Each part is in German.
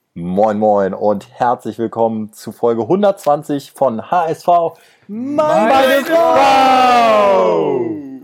Moin Moin und herzlich willkommen zu Folge 120 von HSV Meine Frau!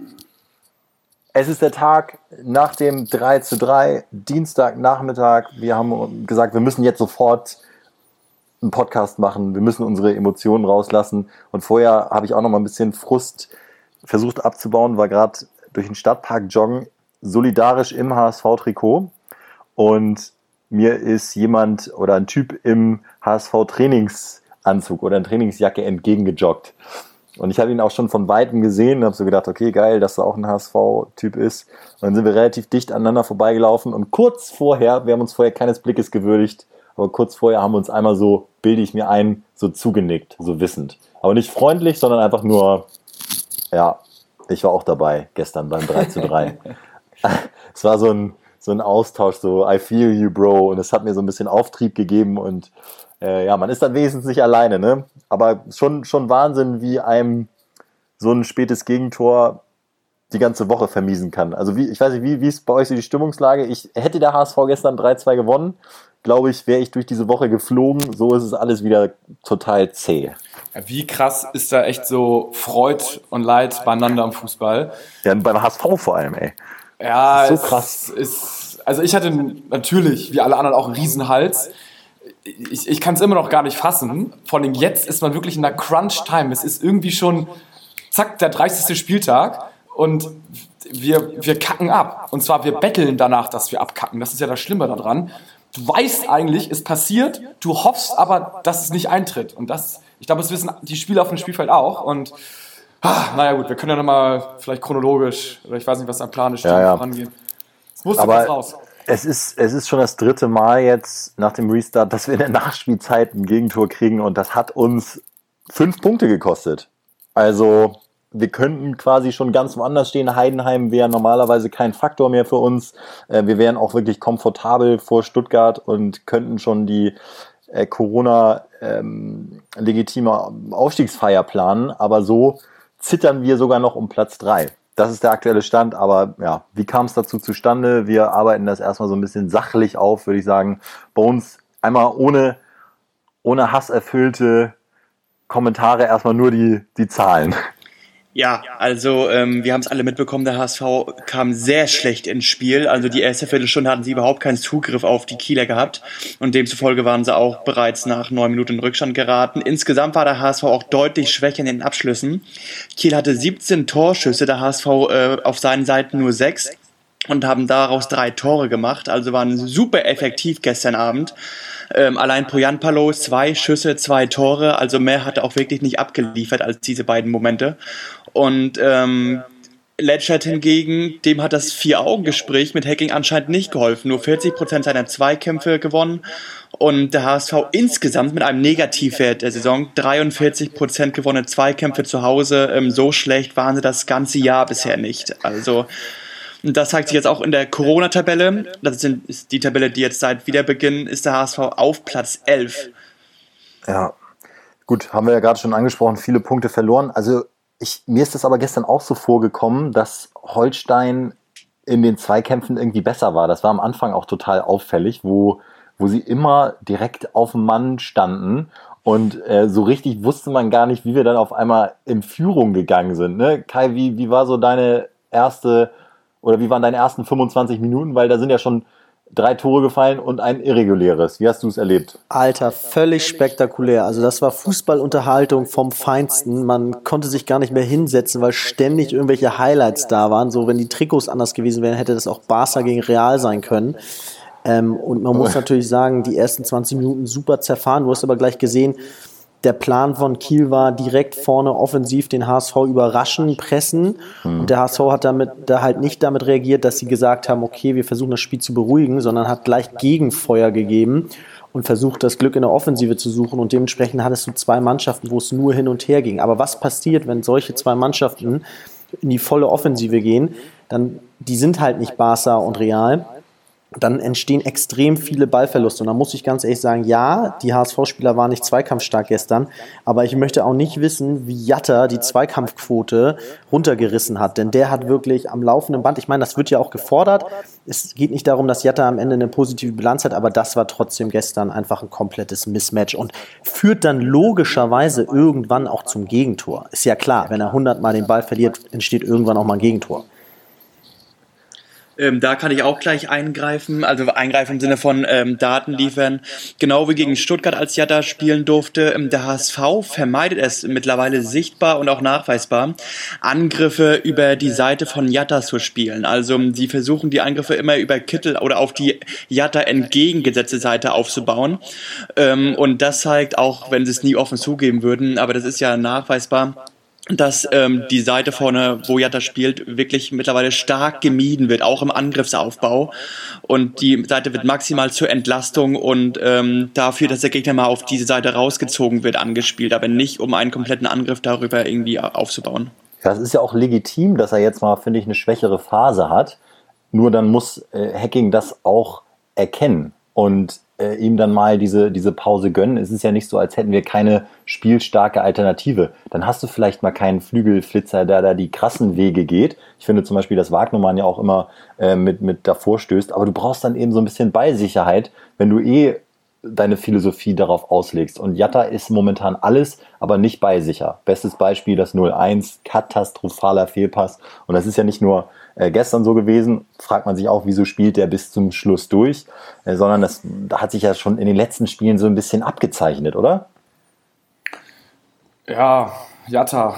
Es ist der Tag nach dem 3:3, Dienstagnachmittag. Wir haben gesagt, wir müssen jetzt sofort einen Podcast machen. Wir müssen unsere Emotionen rauslassen. Und vorher habe ich auch noch mal ein bisschen Frust versucht abzubauen, war gerade durch den Stadtpark joggen, solidarisch im HSV-Trikot. Und mir ist jemand oder ein Typ im HSV-Trainingsanzug oder in Trainingsjacke entgegengejoggt. Und ich habe ihn auch schon von Weitem gesehen und habe so gedacht, okay, geil, dass er auch ein HSV-Typ ist. Und dann sind wir relativ dicht aneinander vorbeigelaufen und kurz vorher, wir haben uns vorher keines Blickes gewürdigt, aber kurz vorher haben wir uns einmal so, bilde ich mir ein, so zugenickt, so wissend. Aber nicht freundlich, sondern einfach nur, ja, ich war auch dabei gestern beim 3:3. Es war so ein Austausch, so I feel you, bro. Und es hat mir so ein bisschen Auftrieb gegeben und ja, man ist dann wenigstens nicht alleine, ne? Aber schon Wahnsinn, wie einem so ein spätes Gegentor die ganze Woche vermiesen kann. Also ich weiß nicht, wie ist bei euch so die Stimmungslage? Hätte der HSV gestern 3:2 gewonnen, glaube ich, wäre ich durch diese Woche geflogen. So ist es alles wieder total zäh. Ja, wie krass ist da echt so Freud und Leid beieinander im Fußball? Ja, beim HSV vor allem, ey. Ja, das ist so krass. Also ich hatte natürlich, wie alle anderen, auch einen Riesenhals. Ich kann es immer noch gar nicht fassen. Vor allem jetzt ist man wirklich in der Crunch-Time. Es ist irgendwie schon, zack, der 30. Spieltag und wir kacken ab. Und zwar, wir betteln danach, dass wir abkacken. Das ist ja das Schlimme daran. Du weißt eigentlich, es passiert, du hoffst aber, dass es nicht eintritt. Und ich glaube, das wissen die Spieler auf dem Spielfeld auch. Und naja gut, wir können ja nochmal vielleicht chronologisch, oder ich weiß nicht, was am Plan ist, vorangehen. Es muss doch was raus. Es ist schon das 3. Mal jetzt nach dem Restart, dass wir in der Nachspielzeit ein Gegentor kriegen und das hat uns 5 Punkte gekostet. Also wir könnten quasi schon ganz woanders stehen. Heidenheim wäre normalerweise kein Faktor mehr für uns. Wir wären auch wirklich komfortabel vor Stuttgart und könnten schon die Corona-legitime Aufstiegsfeier planen. Aber so zittern wir sogar noch um Platz 3. Das ist der aktuelle Stand, aber ja, wie kam es dazu zustande? Wir arbeiten das erstmal so ein bisschen sachlich auf, würde ich sagen. Bei uns einmal ohne hasserfüllte Kommentare erstmal nur die Zahlen. Ja, also wir haben es alle mitbekommen, der HSV kam sehr schlecht ins Spiel. Also die erste Viertelstunde hatten sie überhaupt keinen Zugriff auf die Kieler gehabt und demzufolge waren sie auch bereits nach 9 Minuten in Rückstand geraten. Insgesamt war der HSV auch deutlich schwächer in den Abschlüssen. Kiel hatte 17 Torschüsse, der HSV auf seinen Seiten nur 6 und haben daraus 3 Tore gemacht. Also waren super effektiv gestern Abend. Allein Poyanpalo 2 Schüsse, 2 Tore, also mehr hat er auch wirklich nicht abgeliefert als diese beiden Momente. Und Letschert hingegen, dem hat das 4-Augen-Gespräch mit Hacking anscheinend nicht geholfen. Nur 40% seiner Zweikämpfe gewonnen und der HSV insgesamt mit einem Negativwert der Saison 43% gewonnene Zweikämpfe zu Hause. So schlecht waren sie das ganze Jahr bisher nicht. Also das zeigt sich jetzt auch in der Corona-Tabelle. Das ist die Tabelle, die jetzt seit Wiederbeginn ist der HSV auf Platz 11. Ja, gut, haben wir ja gerade schon angesprochen, viele Punkte verloren. Also mir ist das aber gestern auch so vorgekommen, dass Holstein in den Zweikämpfen irgendwie besser war. Das war am Anfang auch total auffällig, wo sie immer direkt auf dem Mann standen. Und so richtig wusste man gar nicht, wie wir dann auf einmal in Führung gegangen sind. Ne? Kai, wie war so wie waren deine ersten 25 Minuten? Weil da sind ja schon 3 Tore gefallen und ein irreguläres. Wie hast du es erlebt? Alter, völlig spektakulär. Also das war Fußballunterhaltung vom Feinsten. Man konnte sich gar nicht mehr hinsetzen, weil ständig irgendwelche Highlights da waren. So, wenn die Trikots anders gewesen wären, hätte das auch Barca gegen Real sein können. Und man muss natürlich sagen, die ersten 20 Minuten super zerfahren. Du hast aber gleich gesehen, der Plan von Kiel war direkt vorne offensiv den HSV überraschen, pressen. Und der HSV hat da halt nicht damit reagiert, dass sie gesagt haben, okay, wir versuchen das Spiel zu beruhigen, sondern hat gleich Gegenfeuer gegeben und versucht, das Glück in der Offensive zu suchen. Und dementsprechend hattest du 2 Mannschaften, wo es nur hin und her ging. Aber was passiert, wenn solche 2 Mannschaften in die volle Offensive gehen? Die sind halt nicht Barca und Real. dann entstehen extrem viele Ballverluste. Und da muss ich ganz ehrlich sagen, ja, die HSV-Spieler waren nicht zweikampfstark gestern, aber ich möchte auch nicht wissen, wie Jatta die Zweikampfquote runtergerissen hat. Denn der hat wirklich am laufenden Band, ich meine, das wird ja auch gefordert. Es geht nicht darum, dass Jatta am Ende eine positive Bilanz hat, aber das war trotzdem gestern einfach ein komplettes Mismatch und führt dann logischerweise irgendwann auch zum Gegentor. Ist ja klar, wenn er 100 Mal den Ball verliert, entsteht irgendwann auch mal ein Gegentor. Da kann ich auch gleich eingreifen, also eingreifen im Sinne von Daten liefern. Genau wie gegen Stuttgart, als Jatta spielen durfte. Der HSV vermeidet es mittlerweile sichtbar und auch nachweisbar, Angriffe über die Seite von Jatta zu spielen. Also sie versuchen die Angriffe immer über Kittel oder auf die Jatta entgegengesetzte Seite aufzubauen. Und das zeigt, auch wenn sie es nie offen zugeben würden, aber das ist ja nachweisbar, dass die Seite vorne, wo Jatta spielt, wirklich mittlerweile stark gemieden wird, auch im Angriffsaufbau. Und die Seite wird maximal zur Entlastung und dafür, dass der Gegner mal auf diese Seite rausgezogen wird, angespielt, aber nicht, um einen kompletten Angriff darüber irgendwie aufzubauen. Ja, es ist ja auch legitim, dass er jetzt mal, finde ich, eine schwächere Phase hat. Nur dann muss Hacking das auch erkennen und ihm dann mal diese Pause gönnen. Es ist ja nicht so, als hätten wir keine spielstarke Alternative. Dann hast du vielleicht mal keinen Flügelflitzer, der da die krassen Wege geht. Ich finde zum Beispiel, dass Wagnermann ja auch immer mit davor stößt. Aber du brauchst dann eben so ein bisschen Beisicherheit, wenn du deine Philosophie darauf auslegst. Und Jatta ist momentan alles, aber nicht beisicher. Bestes Beispiel, das 0-1, katastrophaler Fehlpass. Und das ist ja nicht nur gestern so gewesen, fragt man sich auch, wieso spielt der bis zum Schluss durch, sondern das hat sich ja schon in den letzten Spielen so ein bisschen abgezeichnet, oder? Ja, Jatta.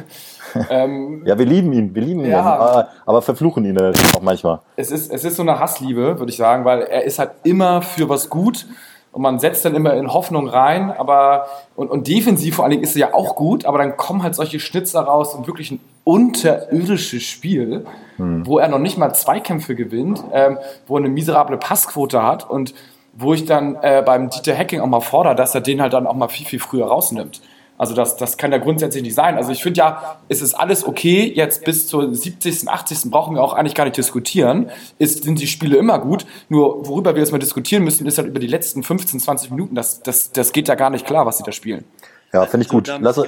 Ja, wir lieben ihn, ja, aber verfluchen ihn natürlich auch manchmal. Es ist so eine Hassliebe, würde ich sagen, weil er ist halt immer für was gut und man setzt dann immer in Hoffnung rein, aber und defensiv vor allen Dingen ist er ja auch gut, aber dann kommen halt solche Schnitzer raus und wirklich ein unterirdisches Spiel, wo er noch nicht mal Zweikämpfe gewinnt, wo er eine miserable Passquote hat und wo ich dann beim Dieter Hecking auch mal fordere, dass er den halt dann auch mal viel, viel früher rausnimmt. Also das kann ja grundsätzlich nicht sein. Also ich finde ja, es ist alles okay, jetzt bis zur 70., 80. brauchen wir auch eigentlich gar nicht diskutieren. Sind die Spiele immer gut, nur worüber wir jetzt mal diskutieren müssen, ist halt über die letzten 15, 20 Minuten. Das geht ja gar nicht klar, was sie da spielen. Ja, finde ich gut.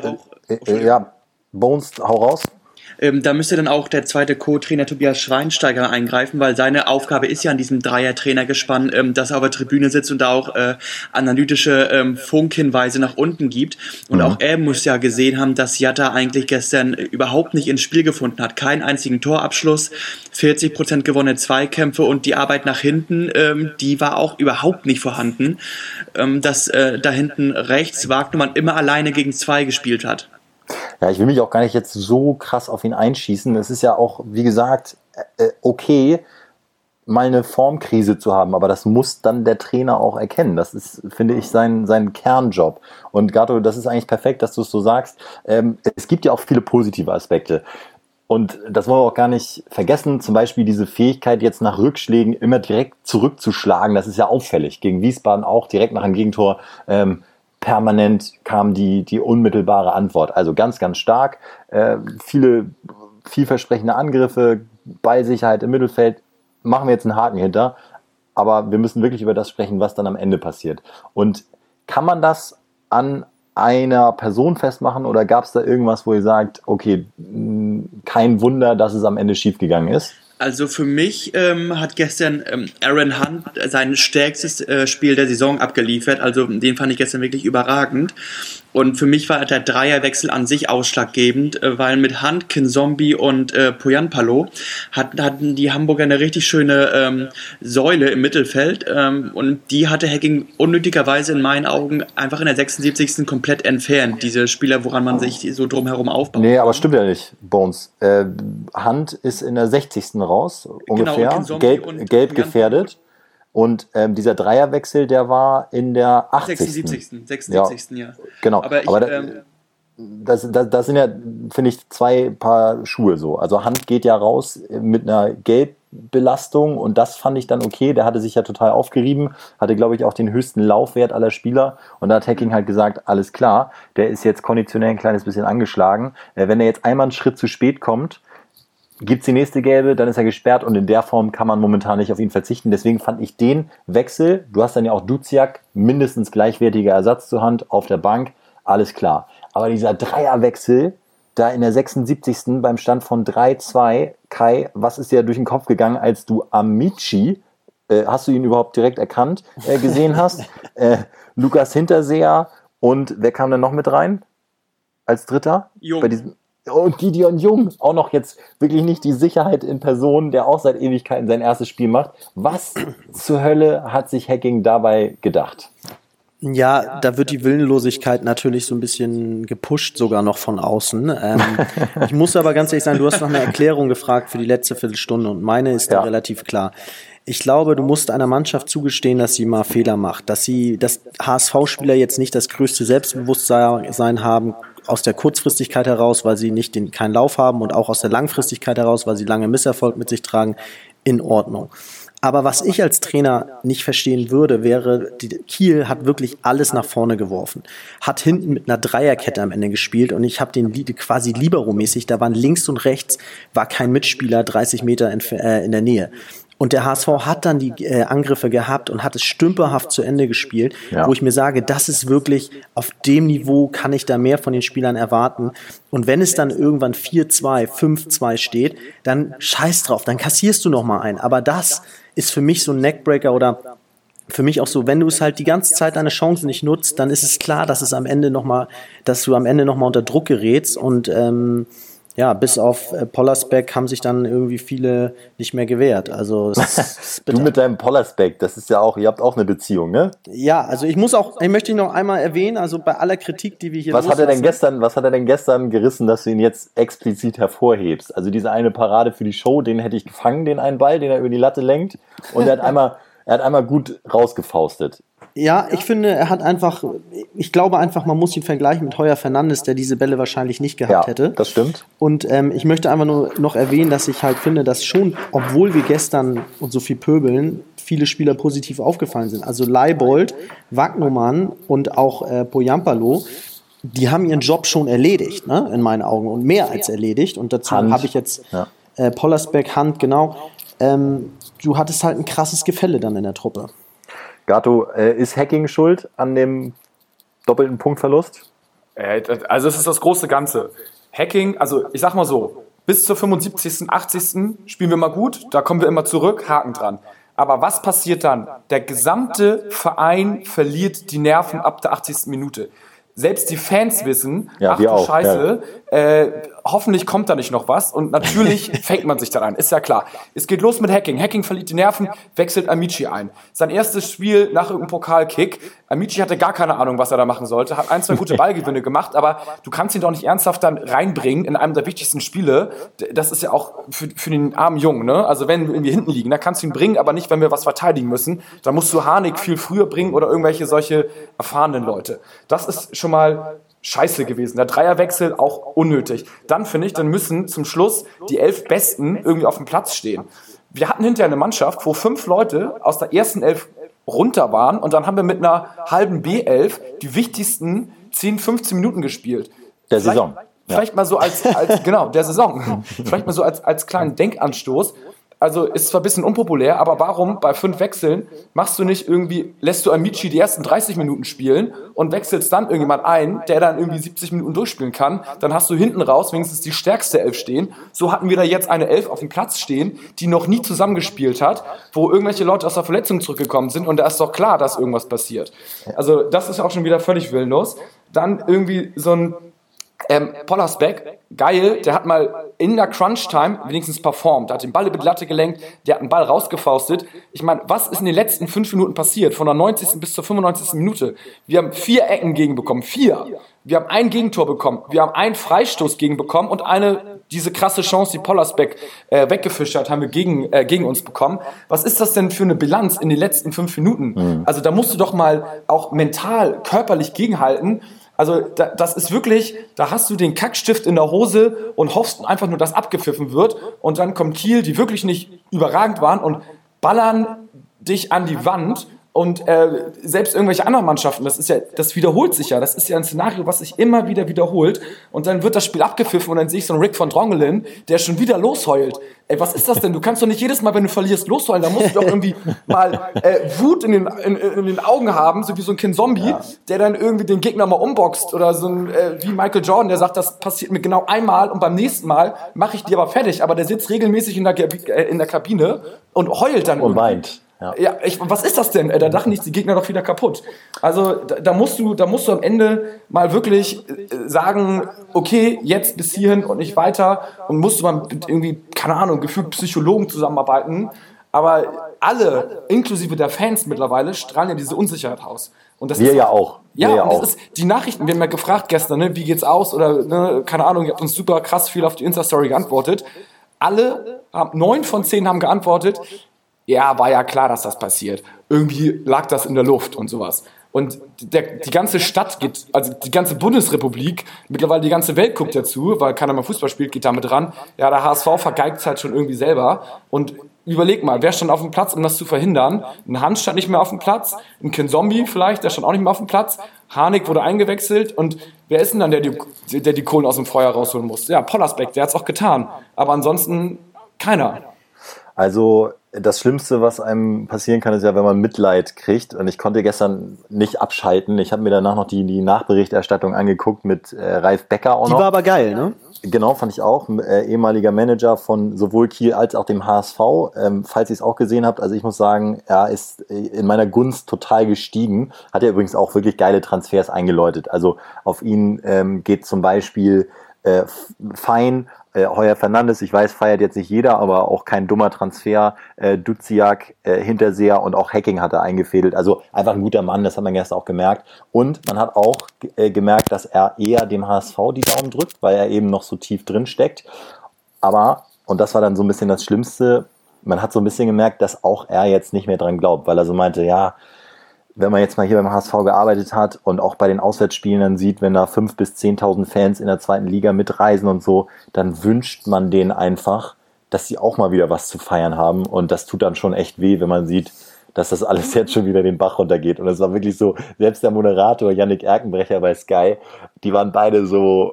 Ja, Bones, hau raus. Da müsste dann auch der zweite Co-Trainer Tobias Schweinsteiger eingreifen, weil seine Aufgabe ist ja an diesem Dreier-Trainergespann, dass er auf der Tribüne sitzt und da auch analytische Funkhinweise nach unten gibt. Und auch er muss ja gesehen haben, dass Jatta eigentlich gestern überhaupt nicht ins Spiel gefunden hat. Keinen einzigen Torabschluss, 40% gewonnene Zweikämpfe und die Arbeit nach hinten, die war auch überhaupt nicht vorhanden. Dass da hinten rechts Wagnermann immer alleine gegen 2 gespielt hat. Ja, ich will mich auch gar nicht jetzt so krass auf ihn einschießen. Es ist ja auch, wie gesagt, okay, mal eine Formkrise zu haben, aber das muss dann der Trainer auch erkennen. Das ist, finde ich, sein Kernjob. Und Gato, das ist eigentlich perfekt, dass du es so sagst. Es gibt ja auch viele positive Aspekte. Und das wollen wir auch gar nicht vergessen. Zum Beispiel diese Fähigkeit, jetzt nach Rückschlägen immer direkt zurückzuschlagen. Das ist ja auffällig. Gegen Wiesbaden auch direkt nach einem Gegentor. Permanent kam die unmittelbare Antwort. Also ganz, ganz stark. Viele vielversprechende Angriffe, Ballsicherheit im Mittelfeld. Machen wir jetzt einen Haken hinter. Aber wir müssen wirklich über das sprechen, was dann am Ende passiert. Und kann man das an einer Person festmachen oder gab es da irgendwas, wo ihr sagt, okay, kein Wunder, dass es am Ende schiefgegangen ist? Also für mich hat gestern Aaron Hunt sein stärkstes Spiel der Saison abgeliefert. Also den fand ich gestern wirklich überragend. Und für mich war der Dreierwechsel an sich ausschlaggebend, weil mit Hunt, Kinzombie und Poyanpalo hatten die Hamburger eine richtig schöne Säule im Mittelfeld. Und die hatte Hacking unnötigerweise in meinen Augen einfach in der 76. komplett entfernt. Diese Spieler, woran man sich so drumherum aufbaut. Nee, aber stimmt ja nicht, Bones. Hunt ist in der 60. raus, ungefähr, genau, gelb gefährdet. Und dieser Dreierwechsel, der war in der 80. 76. Ja. Genau, aber das sind ja, finde ich, zwei Paar Schuhe so. Also Hunt geht ja raus mit einer Gelbbelastung und das fand ich dann okay. Der hatte sich ja total aufgerieben, hatte, glaube ich, auch den höchsten Laufwert aller Spieler. Und da hat Hacking halt gesagt, alles klar, der ist jetzt konditionell ein kleines bisschen angeschlagen. Wenn er jetzt einmal einen Schritt zu spät kommt, gibt es die nächste Gelbe, dann ist er gesperrt und in der Form kann man momentan nicht auf ihn verzichten. Deswegen fand ich den Wechsel, du hast dann ja auch Duziak, mindestens gleichwertiger Ersatz zur Hand auf der Bank, alles klar. Aber dieser Dreierwechsel, da in der 76. beim Stand von 3-2, Kai, was ist dir durch den Kopf gegangen, als du Amici, hast du ihn überhaupt direkt erkannt, gesehen hast, Lukas Hinterseher und wer kam dann noch mit rein als Dritter? Jung. Bei diesem Und Gideon Jung, auch noch jetzt wirklich nicht die Sicherheit in Person, der auch seit Ewigkeiten sein erstes Spiel macht. Was zur Hölle hat sich Hacking dabei gedacht? Ja, da wird die Willenlosigkeit natürlich so ein bisschen gepusht, sogar noch von außen. Ich muss aber ganz ehrlich sagen, du hast nach einer Erklärung gefragt für die letzte Viertelstunde und meine ist da relativ klar. Ich glaube, du musst einer Mannschaft zugestehen, dass sie mal Fehler macht, dass HSV-Spieler jetzt nicht das größte Selbstbewusstsein haben, aus der Kurzfristigkeit heraus, weil sie keinen Lauf haben und auch aus der Langfristigkeit heraus, weil sie lange Misserfolg mit sich tragen, in Ordnung. Aber was ich als Trainer nicht verstehen würde, wäre, Kiel hat wirklich alles nach vorne geworfen, hat hinten mit einer Dreierkette am Ende gespielt und ich habe den quasi Libero-mäßig, da waren links und rechts, war kein Mitspieler 30 Meter in der Nähe. Und der HSV hat dann die Angriffe gehabt und hat es stümperhaft zu Ende gespielt, wo ich mir sage, das ist wirklich, auf dem Niveau kann ich da mehr von den Spielern erwarten. Und wenn es dann irgendwann 4-2, 5-2 steht, dann scheiß drauf, dann kassierst du noch mal ein. Aber das ist für mich so ein Neckbreaker oder für mich auch so, wenn du es halt die ganze Zeit deine Chancen nicht nutzt, dann ist es klar, dass du am Ende noch mal unter Druck gerätst und ja, bis auf Pollersbeck haben sich dann irgendwie viele nicht mehr gewehrt. Also du mit deinem Pollersbeck, das ist ja auch, ihr habt auch eine Beziehung, ne? Ja, also ich möchte ihn noch einmal erwähnen, also bei aller Kritik, die wir hier was hat er denn gestern gerissen, dass du ihn jetzt explizit hervorhebst? Also diese eine Parade für die Show, den hätte ich gefangen, den einen Ball, den er über die Latte lenkt und er hat einmal gut rausgefaustet. Ja, ich finde, ich glaube einfach, man muss ihn vergleichen mit Heuer Fernandes, der diese Bälle wahrscheinlich nicht gehabt hätte. Das stimmt. Und ich möchte einfach nur noch erwähnen, dass ich halt finde, dass schon, obwohl wir gestern und so viel pöbeln, viele Spieler positiv aufgefallen sind. Also Leibold, Wagnumann und auch Poyampalo, die haben ihren Job schon erledigt, ne, in meinen Augen, und mehr als erledigt. Und dazu habe ich jetzt Pollersbeck, Hand, genau. Du hattest halt ein krasses Gefälle dann in der Truppe. Gato, ist Hacking schuld an dem doppelten Punktverlust? Also es ist das große Ganze. Hacking, also ich sag mal so, bis zur 75., 80. spielen wir mal gut, da kommen wir immer zurück, Haken dran. Aber was passiert dann? Der gesamte Verein verliert die Nerven ab der 80. Minute. Selbst die Fans wissen, ach du Scheiße, hoffentlich kommt da nicht noch was. Und natürlich fängt man sich daran, ist ja klar. Es geht los mit Hacking. Hacking verliert die Nerven, wechselt Amici ein. Sein erstes Spiel nach irgendeinem Pokalkick. Amici hatte gar keine Ahnung, was er da machen sollte. Hat 1, 2 gute Ballgewinne gemacht, aber du kannst ihn doch nicht ernsthaft dann reinbringen in einem der wichtigsten Spiele. Das ist ja auch für den armen Jungen, ne? Also wenn wir irgendwie hinten liegen, da kannst du ihn bringen, aber nicht, wenn wir was verteidigen müssen. Da musst du Harnik viel früher bringen oder irgendwelche solche erfahrenen Leute. Das ist schon mal scheiße gewesen. Der Dreierwechsel auch unnötig. Dann finde ich, dann müssen zum Schluss die 11 Besten irgendwie auf dem Platz stehen. Wir hatten hinterher eine Mannschaft, wo 5 Leute aus der ersten 11 runter waren und dann haben wir mit einer halben B11 die wichtigsten 10, 15 Minuten gespielt. Der Saison. Vielleicht mal so als genau, der Saison. Vielleicht mal so als kleinen Denkanstoß. Also ist zwar ein bisschen unpopulär, aber warum bei 5 Wechseln lässt du Amici die ersten 30 Minuten spielen und wechselst dann irgendjemand ein, der dann irgendwie 70 Minuten durchspielen kann, dann hast du hinten raus wenigstens die stärkste 11 stehen. So hatten wir da jetzt eine 11 auf dem Platz stehen, die noch nie zusammengespielt hat, wo irgendwelche Leute aus der Verletzung zurückgekommen sind und da ist doch klar, dass irgendwas passiert. Also das ist auch schon wieder völlig willenlos. Dann irgendwie so ein Pollersbeck, geil, der hat mal in der Crunch-Time wenigstens performt, der hat den Ball über die Latte gelenkt, der hat einen Ball rausgefaustet. Ich meine, was ist in den letzten 5 Minuten passiert, von der 90. bis zur 95. Minute? Wir haben 4 Ecken gegenbekommen, 4. Wir haben ein Gegentor bekommen, wir haben einen Freistoß gegenbekommen und diese krasse Chance, die Pollersbeck weggefischt hat, haben wir gegen uns bekommen. Was ist das denn für eine Bilanz in den letzten 5 Minuten? Also da musst du doch mal auch mental, körperlich gegenhalten. Also das ist wirklich, da hast du den Kackstift in der Hose und hoffst einfach nur, dass abgepfiffen wird. Und dann kommt Kiel, die wirklich nicht überragend waren und ballern dich an die Wand. Und selbst irgendwelche anderen Mannschaften, das wiederholt sich ja. Das ist ja ein Szenario, was sich immer wieder wiederholt. Und dann wird das Spiel abgepfiffen und dann sehe ich so einen Rick von Drongelen, der schon wieder losheult. Ey, was ist das denn? Du kannst doch nicht jedes Mal, wenn du verlierst, losheulen. Da musst du doch irgendwie mal Wut in den Augen haben, so wie so ein Kind-Zombie, der dann irgendwie den Gegner mal umboxt. Oder so ein wie Michael Jordan, der sagt, das passiert mir genau einmal und beim nächsten Mal mache ich die aber fertig. Aber der sitzt regelmäßig in der Kabine und heult dann. Und weint. Ja, was ist das denn? Da dachten die Gegner doch wieder kaputt. Also da musst du am Ende mal wirklich sagen, okay, jetzt bis hierhin und nicht weiter. Und musst du mal mit irgendwie, keine Ahnung, gefühlt Psychologen zusammenarbeiten. Aber alle, inklusive der Fans mittlerweile, strahlen ja diese Unsicherheit aus. Und das wir ist, ja auch. Ja, und das ist die Nachrichten, wir haben ja gefragt gestern, ne, wie geht's aus? Oder, ne, keine Ahnung, ihr habt uns super krass viel auf die Insta-Story geantwortet. 9 von 10 haben geantwortet, ja, war ja klar, dass das passiert. Irgendwie lag das in der Luft und sowas. Und die ganze Stadt geht, also die ganze Bundesrepublik, mittlerweile die ganze Welt guckt dazu, weil keiner mehr Fußball spielt, geht damit ran. Ja, der HSV vergeigt es halt schon irgendwie selber. Und überleg mal, wer stand auf dem Platz, um das zu verhindern? Ein Hans stand nicht mehr auf dem Platz, ein Kind-Zombie vielleicht, der stand auch nicht mehr auf dem Platz. Harnik wurde eingewechselt und wer ist denn dann, der die Kohlen aus dem Feuer rausholen muss? Ja, Pollersbeck, der hat es auch getan. Aber ansonsten keiner. Also das Schlimmste, was einem passieren kann, ist ja, wenn man Mitleid kriegt. Und ich konnte gestern nicht abschalten. Ich habe mir danach noch die Nachberichterstattung angeguckt mit Ralf Becker auch noch. Die war aber geil, ne? Genau, fand ich auch. Ehemaliger Manager von sowohl Kiel als auch dem HSV. Falls ihr es auch gesehen habt, also ich muss sagen, er ist in meiner Gunst total gestiegen. Hat ja übrigens auch wirklich geile Transfers eingeläutet. Also auf ihn geht zum Beispiel Fein, Heuer Fernandes, ich weiß, feiert jetzt nicht jeder, aber auch kein dummer Transfer. Duziak, Hinterseher und auch Hacking hat er eingefädelt. Also einfach ein guter Mann, das hat man gestern auch gemerkt. Und man hat auch gemerkt, dass er eher dem HSV die Daumen drückt, weil er eben noch so tief drin steckt. Aber, und das war dann so ein bisschen das Schlimmste, man hat so ein bisschen gemerkt, dass auch er jetzt nicht mehr dran glaubt, weil er so meinte, ja, wenn man jetzt mal hier beim HSV gearbeitet hat und auch bei den Auswärtsspielen dann sieht, wenn da 5.000 bis 10.000 Fans in der zweiten Liga mitreisen und so, dann wünscht man denen einfach, dass sie auch mal wieder was zu feiern haben. Und das tut dann schon echt weh, wenn man sieht, dass das alles jetzt schon wieder den Bach runtergeht. Und es war wirklich so, selbst der Moderator Yannick Erkenbrecher bei Sky, die waren beide so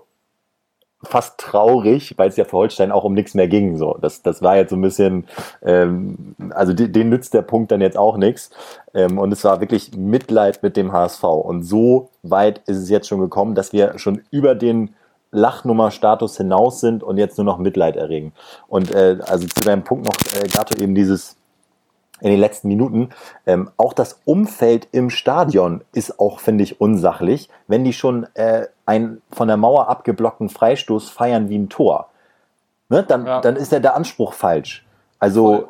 fast traurig, weil es ja für Holstein auch um nichts mehr ging. So, das war jetzt so ein bisschen, also denen nützt der Punkt dann jetzt auch nichts. Und es war wirklich Mitleid mit dem HSV. Und so weit ist es jetzt schon gekommen, dass wir schon über den Lachnummer-Status hinaus sind und jetzt nur noch Mitleid erregen. Und also zu deinem Punkt noch, Gato, eben dieses in den letzten Minuten, auch das Umfeld im Stadion ist auch, finde ich, unsachlich, wenn die schon einen von der Mauer abgeblockten Freistoß feiern wie ein Tor. Ne? Dann ist ja der Anspruch falsch. Also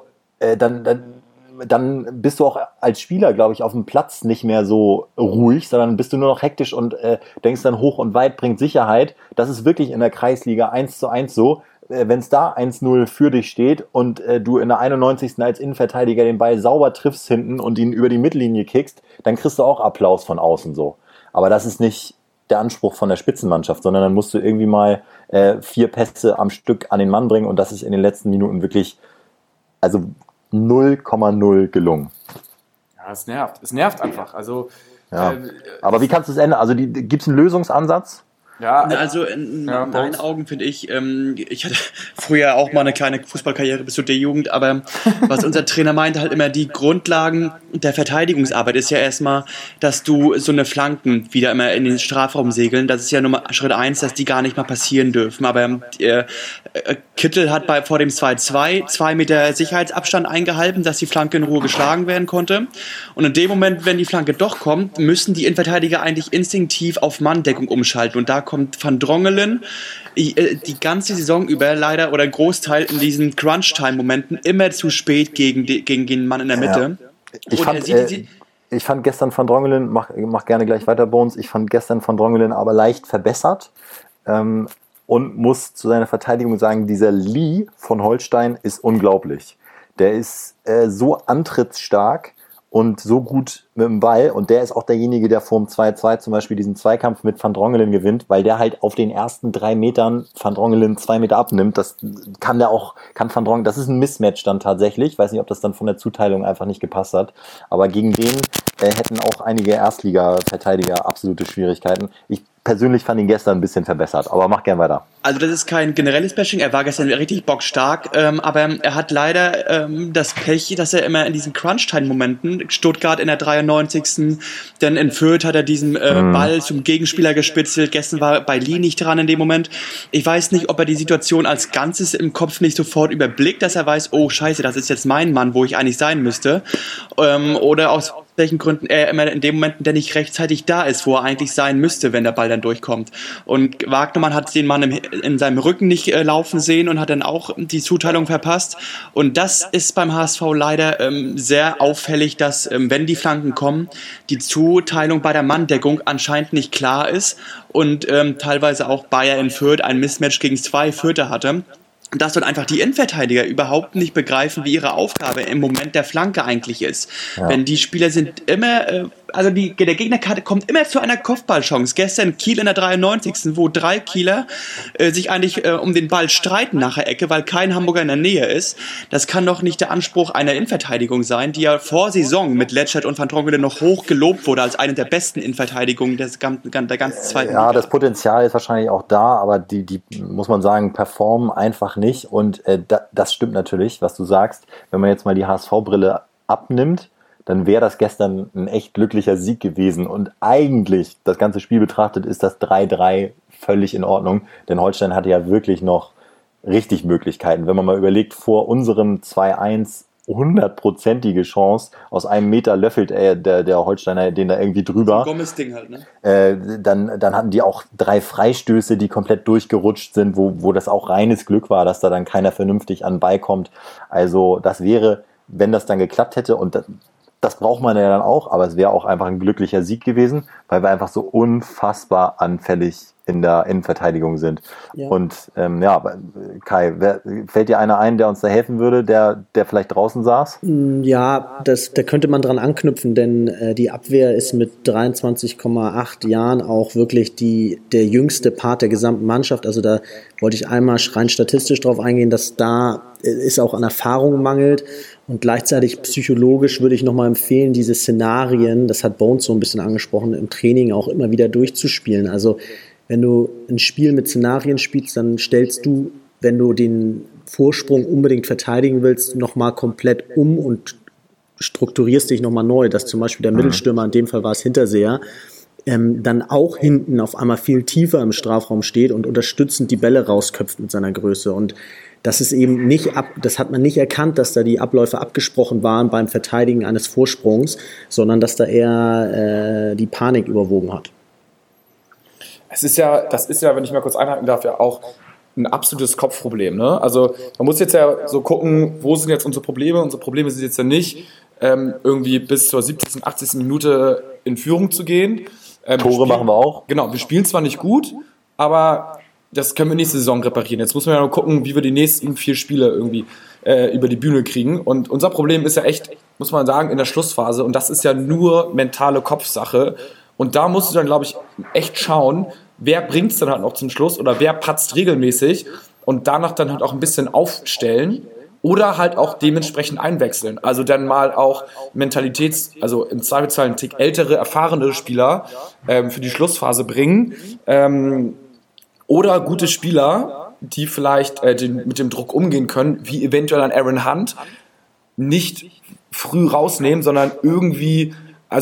dann bist du auch als Spieler, glaube ich, auf dem Platz nicht mehr so ruhig, sondern bist du nur noch hektisch und denkst dann, hoch und weit bringt Sicherheit. Das ist wirklich in der Kreisliga 1:1 so. Wenn es da 1:0 für dich steht und du in der 91. als Innenverteidiger den Ball sauber triffst hinten und ihn über die Mittellinie kickst, dann kriegst du auch Applaus von außen so. Aber das ist nicht der Anspruch von der Spitzenmannschaft, sondern dann musst du irgendwie mal 4 Pässe am Stück an den Mann bringen und das ist in den letzten Minuten wirklich, also 0,0 gelungen. Ja, es nervt. Es nervt einfach. Also, ja. Aber wie kannst du es ändern? Also gibt es einen Lösungsansatz? Ja, also in meinen Augen finde ich, ich hatte früher auch mal eine kleine Fußballkarriere bis zur D-Jugend, aber was unser Trainer meinte, halt immer die Grundlagen der Verteidigungsarbeit ist ja erstmal, dass du so eine Flanken wieder immer in den Strafraum segeln, das ist ja Nummer Schritt 1, dass die gar nicht mal passieren dürfen, aber Kittel hat vor dem 2:2 2 Meter Sicherheitsabstand eingehalten, dass die Flanke in Ruhe geschlagen werden konnte und in dem Moment, wenn die Flanke doch kommt, müssen die Innenverteidiger eigentlich instinktiv auf Manndeckung umschalten und da kommt Van Drongelen die ganze Saison über leider oder Großteil in diesen Crunch-Time-Momenten immer zu spät gegen den Mann in der Mitte. Ja. Ich fand gestern Van Drongelen, mach gerne gleich weiter, Bones, ich fand gestern Van Drongelen aber leicht verbessert und muss zu seiner Verteidigung sagen, dieser Lee von Holstein ist unglaublich. Der ist so antrittsstark und so gut mit dem Ball und der ist auch derjenige, der vor dem 2:2 zum Beispiel diesen Zweikampf mit Van Drongelen gewinnt, weil der halt auf den ersten 3 Metern Van Drongelen 2 Meter abnimmt. Das kann Van Drongelen, das ist ein Mismatch dann tatsächlich. Ich weiß nicht, ob das dann von der Zuteilung einfach nicht gepasst hat, aber gegen den hätten auch einige Erstliga-Verteidiger absolute Schwierigkeiten. Ich persönlich fand ihn gestern ein bisschen verbessert, aber mach gern weiter. Also das ist kein generelles Bashing, er war gestern richtig bockstark, aber er hat leider das Pech, dass er immer in diesen Crunch-Time-Momenten, Stuttgart in der 93. Dann in Fürth hat er diesen Ball zum Gegenspieler gespitzelt, gestern war bei Lee nicht dran in dem Moment. Ich weiß nicht, ob er die Situation als Ganzes im Kopf nicht sofort überblickt, dass er weiß, oh scheiße, das ist jetzt mein Mann, wo ich eigentlich sein müsste, oder aus welchen Gründen er immer in dem Moment, der nicht rechtzeitig da ist, wo er eigentlich sein müsste, wenn der Ball dann durchkommt. Und Wagnermann hat den Mann in seinem Rücken nicht laufen sehen und hat dann auch die Zuteilung verpasst. Und das ist beim HSV leider sehr auffällig, dass, wenn die Flanken kommen, die Zuteilung bei der Manndeckung anscheinend nicht klar ist und teilweise auch Bayer in Fürth ein Mismatch gegen 2 Fürther hatte. Dass dort einfach die Innenverteidiger überhaupt nicht begreifen, wie ihre Aufgabe im Moment der Flanke eigentlich ist. Ja. Wenn die Spieler sind immer, der Gegner kommt immer zu einer Kopfballchance. Gestern Kiel in der 93. wo 3 Kieler sich eigentlich um den Ball streiten nach der Ecke, weil kein Hamburger in der Nähe ist. Das kann doch nicht der Anspruch einer Innenverteidigung sein, die ja vor Saison mit Letschert und Van Drongelen noch hoch gelobt wurde als eine der besten Innenverteidigungen der ganzen zweiten Liga. Ja, das Potenzial ist wahrscheinlich auch da, aber die muss man sagen, performen einfach nicht. Und das stimmt natürlich, was du sagst. Wenn man jetzt mal die HSV-Brille abnimmt, dann wäre das gestern ein echt glücklicher Sieg gewesen. Und eigentlich, das ganze Spiel betrachtet, ist das 3-3 völlig in Ordnung. Denn Holstein hatte ja wirklich noch richtig Möglichkeiten. Wenn man mal überlegt, vor unserem 2-1 100%ige Chance, aus einem Meter löffelt der Holsteiner den da irgendwie drüber. So ein Gomez-Ding halt, ne? Dann hatten die auch 3 Freistöße, die komplett durchgerutscht sind, wo das auch reines Glück war, dass da dann keiner vernünftig an den Ball kommt. Also das wäre, wenn das dann geklappt hätte, und das braucht man ja dann auch, aber es wäre auch einfach ein glücklicher Sieg gewesen, weil wir einfach so unfassbar anfällig in der Innenverteidigung sind. Ja. Und Kai, fällt dir einer ein, der uns da helfen würde, der vielleicht draußen saß? Ja, da könnte man dran anknüpfen, denn die Abwehr ist mit 23,8 Jahren auch wirklich der jüngste Part der gesamten Mannschaft. Also da wollte ich einmal rein statistisch drauf eingehen, dass da es auch an Erfahrung mangelt. Und gleichzeitig psychologisch würde ich nochmal empfehlen, diese Szenarien, das hat Bones so ein bisschen angesprochen, im Training auch immer wieder durchzuspielen. Also wenn du ein Spiel mit Szenarien spielst, dann stellst du, wenn du den Vorsprung unbedingt verteidigen willst, nochmal komplett um und strukturierst dich nochmal neu, dass zum Beispiel der Mittelstürmer, in dem Fall war es Hinterseher, dann auch hinten auf einmal viel tiefer im Strafraum steht und unterstützend die Bälle rausköpft mit seiner Größe. Und das ist eben das hat man nicht erkannt, dass da die Abläufe abgesprochen waren beim Verteidigen eines Vorsprungs, sondern dass da eher die Panik überwogen hat. Das ist ja, wenn ich mal kurz einhaken darf, ja auch ein absolutes Kopfproblem. Ne? Also man muss jetzt ja so gucken, wo sind jetzt unsere Probleme? Unsere Probleme sind jetzt ja nicht, irgendwie bis zur 70., 80. Minute in Führung zu gehen. Tore machen wir auch. Genau, wir spielen zwar nicht gut, aber das können wir nächste Saison reparieren. Jetzt muss man ja noch gucken, wie wir die nächsten 4 Spiele irgendwie über die Bühne kriegen. Und unser Problem ist ja echt, muss man sagen, in der Schlussphase. Und das ist ja nur mentale Kopfsache. Und da musst du dann, glaube ich, echt schauen, wer bringt es dann halt noch zum Schluss oder wer patzt regelmäßig und danach dann halt auch ein bisschen aufstellen oder halt auch dementsprechend einwechseln. Also dann mal auch also im Zweifelsfall einen Tick ältere, erfahrenere Spieler für die Schlussphase bringen oder gute Spieler, die vielleicht mit dem Druck umgehen können, wie eventuell ein Aaron Hunt, nicht früh rausnehmen, sondern irgendwie,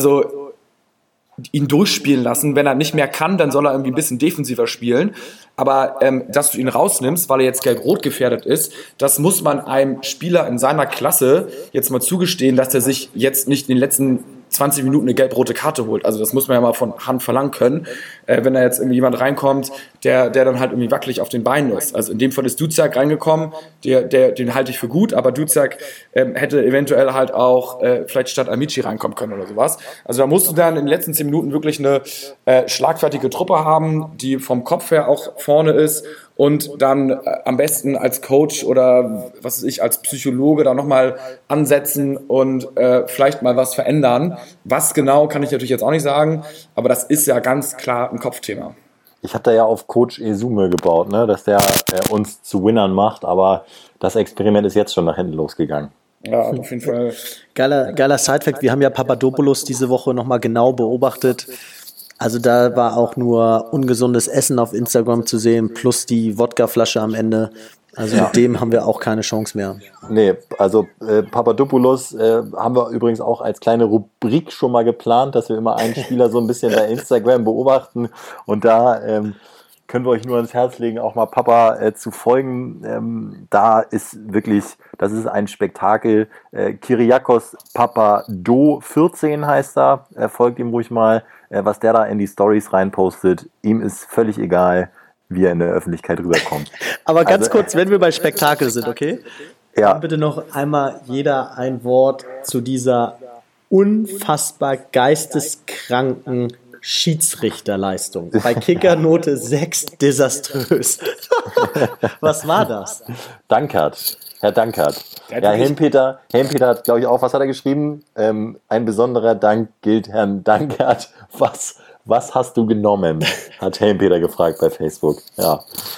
ihn durchspielen lassen. Wenn er nicht mehr kann, dann soll er irgendwie ein bisschen defensiver spielen. Aber dass du ihn rausnimmst, weil er jetzt gelb-rot gefährdet ist, das muss man einem Spieler in seiner Klasse jetzt mal zugestehen, dass er sich jetzt nicht in den letzten 20 Minuten eine gelb-rote Karte holt. Also das muss man ja mal von Hand verlangen können, wenn da jetzt irgendwie jemand reinkommt, der dann halt irgendwie wackelig auf den Beinen ist. Also in dem Fall ist Duziak reingekommen, den halte ich für gut, aber Duziak hätte eventuell halt auch vielleicht statt Amici reinkommen können oder sowas. Also da musst du dann in den letzten 10 Minuten wirklich eine schlagfertige Truppe haben, die vom Kopf her auch vorne ist und dann am besten als Coach oder was weiß ich, als Psychologe da nochmal ansetzen und vielleicht mal was verändern. Was genau, kann ich natürlich jetzt auch nicht sagen, aber das ist ja ganz klar ein Kopfthema. Ich habe da ja auf Coach Esume gebaut, ne, dass der uns zu Winnern macht, aber das Experiment ist jetzt schon nach hinten losgegangen. Ja, auf jeden Fall. Geiler Sidefact, wir haben ja Papadopoulos diese Woche nochmal genau beobachtet. Also da war auch nur ungesundes Essen auf Instagram zu sehen, plus die Wodkaflasche am Ende. Also mit dem haben wir auch keine Chance mehr. Nee, also Papadopoulos haben wir übrigens auch als kleine Rubrik schon mal geplant, dass wir immer einen Spieler so ein bisschen bei Instagram beobachten und da können wir euch nur ans Herz legen, auch mal Papa zu folgen. Da ist wirklich, das ist ein Spektakel. Kyriakos Papado 14 heißt er, folgt ihm ruhig mal. Was der da in die Stories reinpostet, ihm ist völlig egal, wie er in der Öffentlichkeit rüberkommt. Aber ganz kurz, wenn wir bei Spektakel sind, okay? Ja. Dann bitte noch einmal jeder ein Wort zu dieser unfassbar geisteskranken Schiedsrichterleistung. Bei Kickernote 6 desaströs. Was war das? Dankert. Herr Dankert. Ja, Helmpeter hat, glaube ich, auch, was hat er geschrieben? Ein besonderer Dank gilt Herrn Dankert. Was hast du genommen? Hat Helmpeter gefragt bei Facebook. Ja,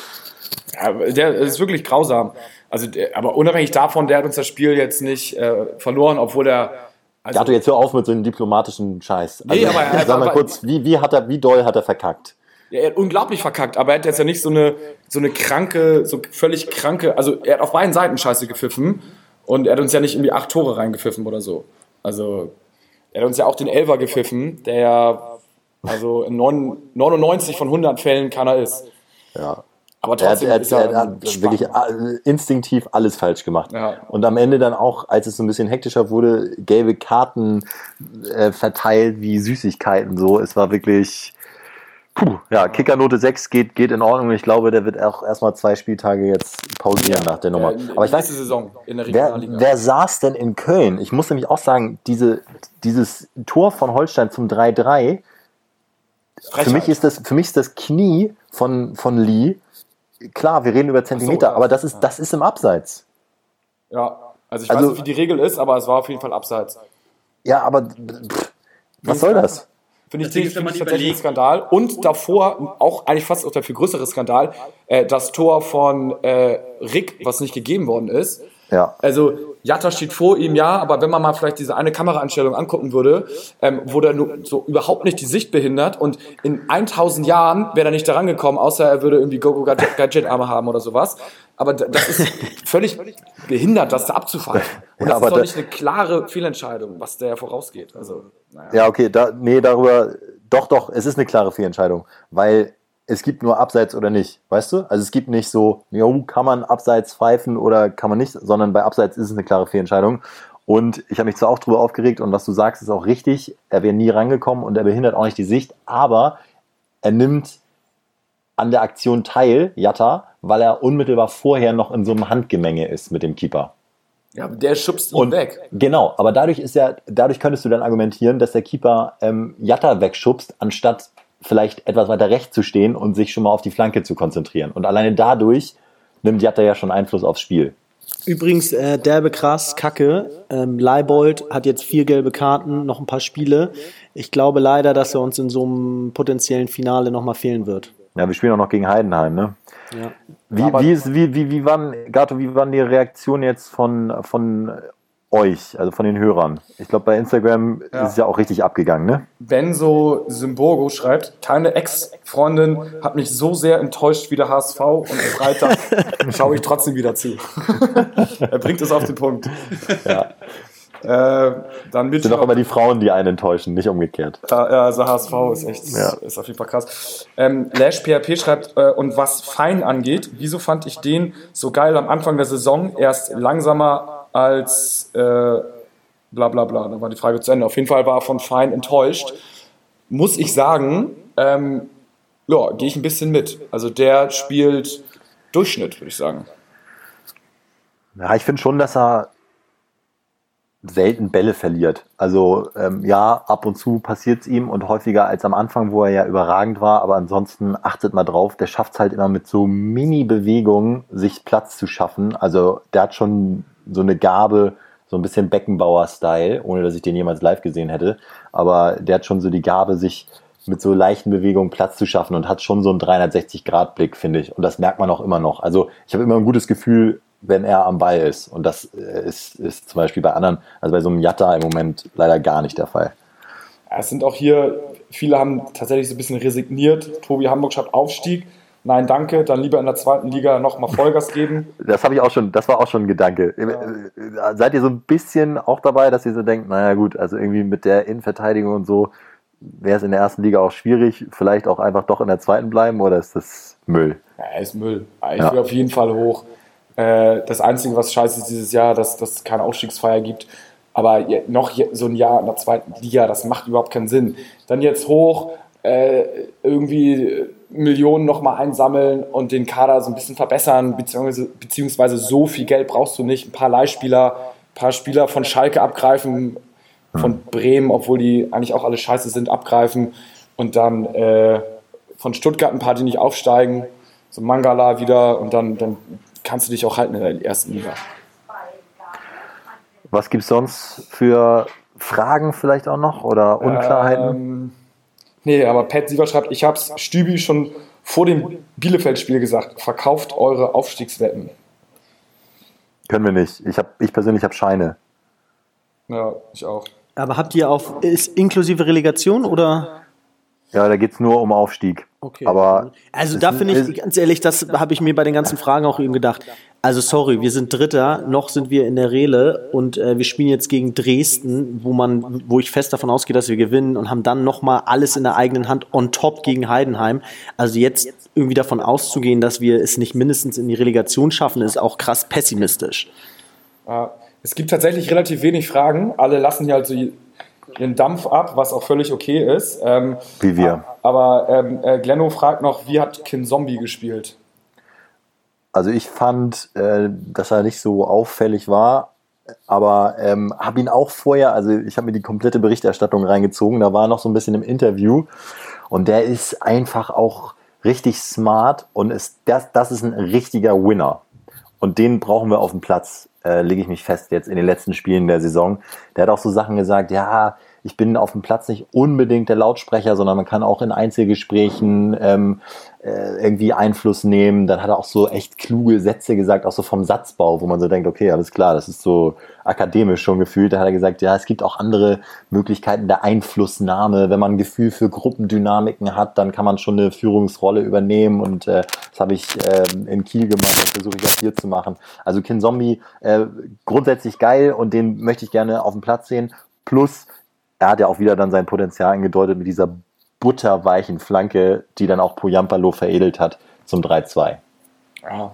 der ist wirklich grausam. Also, aber unabhängig davon, der hat uns das Spiel jetzt nicht verloren, obwohl er. Also, Gato, jetzt hör auf mit so einem diplomatischen Scheiß. Also, Nee, aber sag mal kurz, wie doll hat er verkackt? Ja, er hat unglaublich verkackt, aber er hat jetzt ja nicht so eine kranke, so völlig kranke, also er hat auf beiden Seiten Scheiße gepfiffen und er hat uns ja nicht irgendwie 8 Tore reingepfiffen oder so. Also er hat uns ja auch den Elfer gepfiffen, der ja, also in 99 von 100 Fällen keiner ist. Ja. Aber trotzdem er hat wirklich instinktiv alles falsch gemacht. Ja. Und am Ende dann auch, als es so ein bisschen hektischer wurde, gelbe Karten verteilt wie Süßigkeiten. So, es war wirklich... ja, Kickernote 6 geht in Ordnung. Ich glaube, der wird auch erstmal 2 Spieltage jetzt pausieren nach der Nummer. Aber ich weiß, Saison in der Regionalliga. Wer saß denn in Köln? Ich muss nämlich auch sagen, dieses Tor von Holstein zum 3-3, für mich ist das Knie von Lee, klar, wir reden über Zentimeter, aber das ist im Abseits. Ja, also ich weiß nicht, wie die Regel ist, aber es war auf jeden Fall Abseits. Ja, aber was soll das? Finde ich tatsächlich ein Skandal. Und davor, auch eigentlich fast auch der viel größere Skandal, das Tor von Rick, was nicht gegeben worden ist. Ja. Also Jatta steht vor ihm, ja, aber wenn man mal vielleicht diese eine Kameraeinstellung angucken würde, wo der nur so überhaupt nicht die Sicht behindert und in 1000 Jahren wäre er nicht daran gekommen, außer er würde irgendwie Go-Go-Gadget-Arme haben oder sowas. Aber das ist völlig behindert, das da abzufahren. Und das ist doch nicht eine klare Fehlentscheidung, was der vorausgeht. Also, naja. Ja, okay, darüber, doch, es ist eine klare Fehlentscheidung, weil es gibt nur Abseits oder nicht, weißt du? Also es gibt nicht so, kann man Abseits pfeifen oder kann man nicht, sondern bei Abseits ist es eine klare Fehlentscheidung. Und ich habe mich zwar auch drüber aufgeregt und was du sagst, ist auch richtig, er wäre nie rangekommen und er behindert auch nicht die Sicht, aber er nimmt an der Aktion teil, Jatta, weil er unmittelbar vorher noch in so einem Handgemenge ist mit dem Keeper. Ja, der schubst ihn weg. Genau, aber dadurch könntest du dann argumentieren, dass der Keeper Jatta wegschubst, anstatt vielleicht etwas weiter rechts zu stehen und sich schon mal auf die Flanke zu konzentrieren. Und alleine dadurch nimmt Jatta ja schon Einfluss aufs Spiel. Übrigens, derbe krass, Kacke. Leibold hat jetzt 4 gelbe Karten, noch ein paar Spiele. Ich glaube leider, dass er uns in so einem potenziellen Finale nochmal fehlen wird. Ja, wir spielen auch noch gegen Heidenheim, ne? Ja. Wie waren die Reaktionen jetzt von euch, also von den Hörern? Ich glaube, bei Instagram ist es ja auch richtig abgegangen, ne? Benzo Symborgo schreibt, keine Ex-Freundin hat mich so sehr enttäuscht wie der HSV und Freitag schaue ich trotzdem wieder zu. Er bringt es auf den Punkt. Ja. Dann sind auch immer die Frauen, die einen enttäuschen, nicht umgekehrt. Ja, also HSV ist echt, ist auf jeden Fall krass. Lash PHP schreibt, und was Fein angeht, wieso fand ich den so geil am Anfang der Saison, erst langsamer als bla bla bla, dann war die Frage zu Ende. Auf jeden Fall war er von Fein enttäuscht. Muss ich sagen, gehe ich ein bisschen mit. Also der spielt Durchschnitt, würde ich sagen. Ja, ich finde schon, dass er selten Bälle verliert. Also ab und zu passiert es ihm und häufiger als am Anfang, wo er ja überragend war, aber ansonsten achtet mal drauf, der schafft es halt immer mit so Mini-Bewegungen, sich Platz zu schaffen. Also der hat schon so eine Gabe, so ein bisschen Beckenbauer-Style, ohne dass ich den jemals live gesehen hätte, aber der hat schon so die Gabe, sich mit so leichten Bewegungen Platz zu schaffen und hat schon so einen 360-Grad-Blick, finde ich. Und das merkt man auch immer noch. Also ich habe immer ein gutes Gefühl, wenn er am Ball ist. Und das ist zum Beispiel bei anderen, also bei so einem Jatta im Moment leider gar nicht der Fall. Ja, es sind auch hier, viele haben tatsächlich so ein bisschen resigniert. Tobi Hamburg schreibt Aufstieg. Nein, danke, dann lieber in der zweiten Liga nochmal Vollgas geben. Das war auch schon ein Gedanke. Ja. Seid ihr so ein bisschen auch dabei, dass ihr so denkt, naja gut, also irgendwie mit der Innenverteidigung und so wäre es in der ersten Liga auch schwierig, vielleicht auch einfach doch in der zweiten bleiben, oder ist das Müll? Ja, ist Müll. Ich will auf jeden Fall hoch. Das Einzige, was scheiße ist dieses Jahr, dass es keine Aufstiegsfeier gibt. Aber noch so ein Jahr in der zweiten Liga, das macht überhaupt keinen Sinn. Dann jetzt hoch, irgendwie Millionen nochmal einsammeln und den Kader so ein bisschen verbessern, beziehungsweise so viel Geld brauchst du nicht. Ein paar Leihspieler, ein paar Spieler von Schalke abgreifen, von Bremen, obwohl die eigentlich auch alle scheiße sind, abgreifen und dann von Stuttgart ein paar, die nicht aufsteigen, so Mangala wieder und dann kannst du dich auch halten in der ersten Liga. Was gibt es sonst für Fragen vielleicht auch noch oder Unklarheiten? Nee, aber Pat Siever schreibt, ich hab's Stübi schon vor dem Bielefeld-Spiel gesagt, verkauft eure Aufstiegswetten. Können wir nicht. Ich persönlich habe Scheine. Ja, ich auch. Aber habt ihr ist inklusive Relegation oder? Ja, da geht es nur um Aufstieg. Okay. Aber also da finde ich, ganz ehrlich, das habe ich mir bei den ganzen Fragen auch eben gedacht. Also sorry, wir sind Dritter, noch sind wir in der Rele und wir spielen jetzt gegen Dresden, wo ich fest davon ausgehe, dass wir gewinnen und haben dann nochmal alles in der eigenen Hand on top gegen Heidenheim. Also jetzt irgendwie davon auszugehen, dass wir es nicht mindestens in die Relegation schaffen, ist auch krass pessimistisch. Es gibt tatsächlich relativ wenig Fragen. Alle lassen hier halt so ihren Dampf ab, was auch völlig okay ist. Wie wir. Aber Glenno fragt noch, wie hat Kinzombie gespielt? Also ich fand, dass er nicht so auffällig war, aber habe ihn auch vorher, also ich habe mir die komplette Berichterstattung reingezogen, da war noch so ein bisschen im Interview und der ist einfach auch richtig smart und das ist ein richtiger Winner. Und den brauchen wir auf dem Platz, lege ich mich fest jetzt in den letzten Spielen der Saison. Der hat auch so Sachen gesagt, ja, ich bin auf dem Platz nicht unbedingt der Lautsprecher, sondern man kann auch in Einzelgesprächen irgendwie Einfluss nehmen. Dann hat er auch so echt kluge Sätze gesagt, auch so vom Satzbau, wo man so denkt, okay, alles klar, das ist so akademisch schon gefühlt. Da hat er gesagt, ja, es gibt auch andere Möglichkeiten der Einflussnahme. Wenn man ein Gefühl für Gruppendynamiken hat, dann kann man schon eine Führungsrolle übernehmen und das habe ich in Kiel gemacht, das versuche ich auch hier zu machen. Also Kinzombie, grundsätzlich geil und den möchte ich gerne auf dem Platz sehen. Plus, er hat ja auch wieder dann sein Potenzial angedeutet mit dieser butterweichen Flanke, die dann auch Poyampalo veredelt hat zum 3-2. Ja.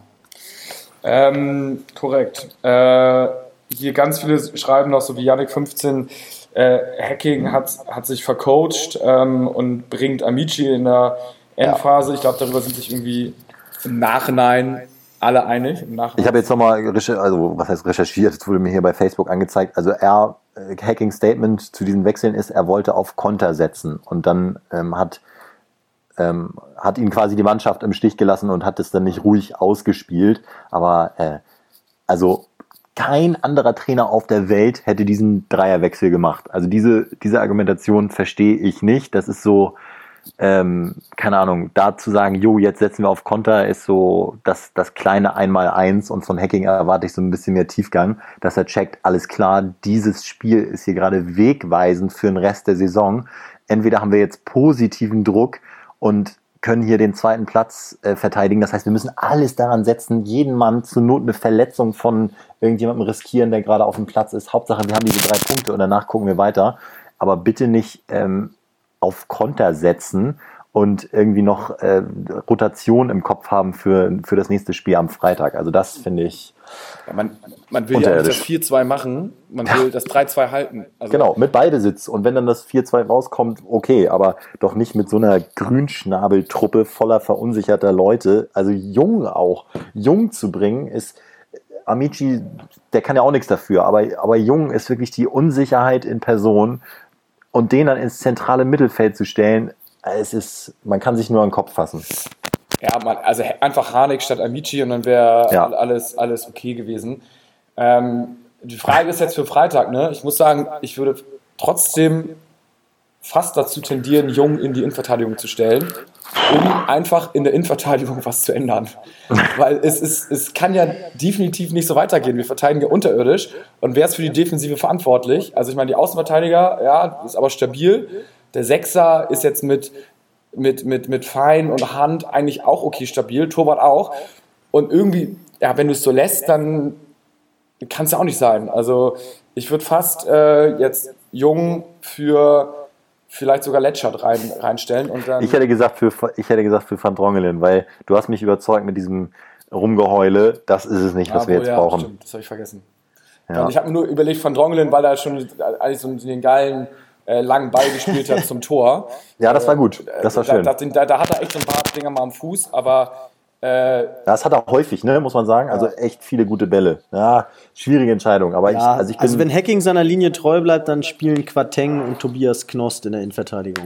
Korrekt. Hier ganz viele schreiben noch, so wie Yannick15, Hacking hat sich vercoacht und bringt Amici in der Endphase. Ja. Ich glaube, darüber sind sich irgendwie im Nachhinein alle einig. Ich habe jetzt nochmal recherchiert, es wurde mir hier bei Facebook angezeigt, also Hacking-Statement zu diesen Wechseln ist, er wollte auf Konter setzen und dann hat ihn quasi die Mannschaft im Stich gelassen und hat es dann nicht ruhig ausgespielt, aber also kein anderer Trainer auf der Welt hätte diesen Dreierwechsel gemacht. Also diese Argumentation verstehe ich nicht, das ist so, keine Ahnung, da zu sagen, jetzt setzen wir auf Konter, ist so das kleine 1x1 und von Hacking erwarte ich so ein bisschen mehr Tiefgang, dass er checkt, alles klar, dieses Spiel ist hier gerade wegweisend für den Rest der Saison. Entweder haben wir jetzt positiven Druck und können hier den zweiten Platz verteidigen. Das heißt, wir müssen alles daran setzen, jeden Mann zur Not eine Verletzung von irgendjemandem riskieren, der gerade auf dem Platz ist. Hauptsache, wir haben diese 3 Punkte und danach gucken wir weiter. Aber bitte nicht auf Konter setzen und irgendwie noch Rotation im Kopf haben für das nächste Spiel am Freitag. Also das finde ich man will ja nicht das 4-2 machen, man will das 3-2 halten. Also genau, mit Beidesitz. Und wenn dann das 4-2 rauskommt, okay, aber doch nicht mit so einer Grünschnabeltruppe voller verunsicherter Leute. Also Jung zu bringen ist, Amici, der kann ja auch nichts dafür, aber Jung ist wirklich die Unsicherheit in Person. Und den dann ins zentrale Mittelfeld zu stellen, man kann sich nur an den Kopf fassen. Ja, also einfach Harnik statt Amici und dann wäre alles okay gewesen. Die Frage ist jetzt für Freitag, ne? Ich muss sagen, ich würde trotzdem fast dazu tendieren, Jung in die Innenverteidigung zu stellen. um einfach in der Innenverteidigung was zu ändern. Weil es kann ja definitiv nicht so weitergehen. Wir verteidigen ja unterirdisch. Und wer ist für die Defensive verantwortlich? Also ich meine, die Außenverteidiger, ja, ist aber stabil. Der Sechser ist jetzt mit Fein und Hand eigentlich auch okay stabil. Torwart auch. Und irgendwie, ja, wenn du es so lässt, dann kann es ja auch nicht sein. Also ich würde fast jetzt Jung für vielleicht sogar Letschert reinstellen. Und dann Ich hätte gesagt für Van Drongelen, weil du hast mich überzeugt mit diesem Rumgeheule. Das ist es nicht, was wir jetzt brauchen. Stimmt, das habe ich vergessen. Ja. Und ich habe mir nur überlegt, Van Drongelen, weil er schon eigentlich so den geilen langen Ball gespielt hat zum Tor. Ja, das war gut. Das war schön. Da hat er echt so ein paar Dinger mal am Fuß, aber das hat er häufig, ne, muss man sagen. Also echt viele gute Bälle. Ja, schwierige Entscheidung. Aber also wenn Hacking seiner Linie treu bleibt, dann spielen Quateng und Tobias Knost in der Innenverteidigung.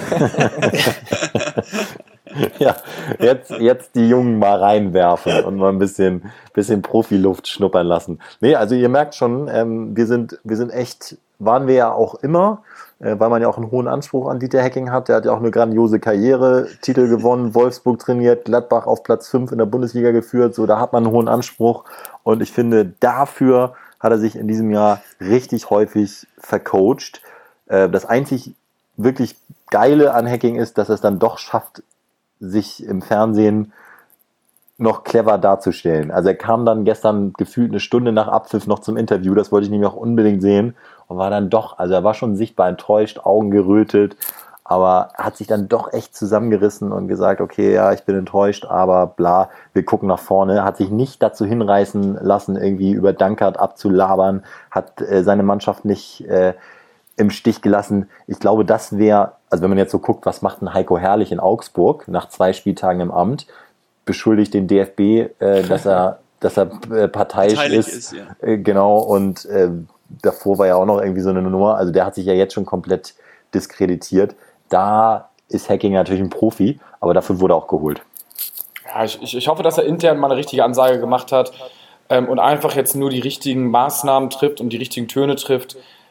Ja, jetzt die Jungen mal reinwerfen und mal ein bisschen Profiluft schnuppern lassen. Nee, also ihr merkt schon, wir sind echt, waren wir ja auch immer, weil man ja auch einen hohen Anspruch an Dieter Hecking hat. Der hat ja auch eine grandiose Karriere, Titel gewonnen, Wolfsburg trainiert, Gladbach auf Platz 5 in der Bundesliga geführt. So, da hat man einen hohen Anspruch. Und ich finde, dafür hat er sich in diesem Jahr richtig häufig vercoacht. Das einzig wirklich Geile an Hacking ist, dass er es dann doch schafft, sich im Fernsehen noch clever darzustellen. Also er kam dann gestern gefühlt eine Stunde nach Abpfiff noch zum Interview, das wollte ich nämlich auch unbedingt sehen und war dann doch, also er war schon sichtbar enttäuscht, Augen gerötet, aber hat sich dann doch echt zusammengerissen und gesagt, okay, ja, ich bin enttäuscht, aber bla, wir gucken nach vorne, hat sich nicht dazu hinreißen lassen, irgendwie über Dankert abzulabern, hat seine Mannschaft nicht im Stich gelassen. Ich glaube, das wäre, also wenn man jetzt so guckt, was macht ein Heiko Herrlich in Augsburg nach 2 Spieltagen im Amt, beschuldigt den DFB, dass er parteiisch ist. Ja. Genau, und davor war ja auch noch irgendwie so eine Nummer, also der hat sich ja jetzt schon komplett diskreditiert. Da ist Hacking natürlich ein Profi, aber dafür wurde er auch geholt. Ja, ich hoffe, dass er intern mal eine richtige Ansage gemacht hat und einfach jetzt nur die richtigen Maßnahmen trifft und die richtigen Töne trifft,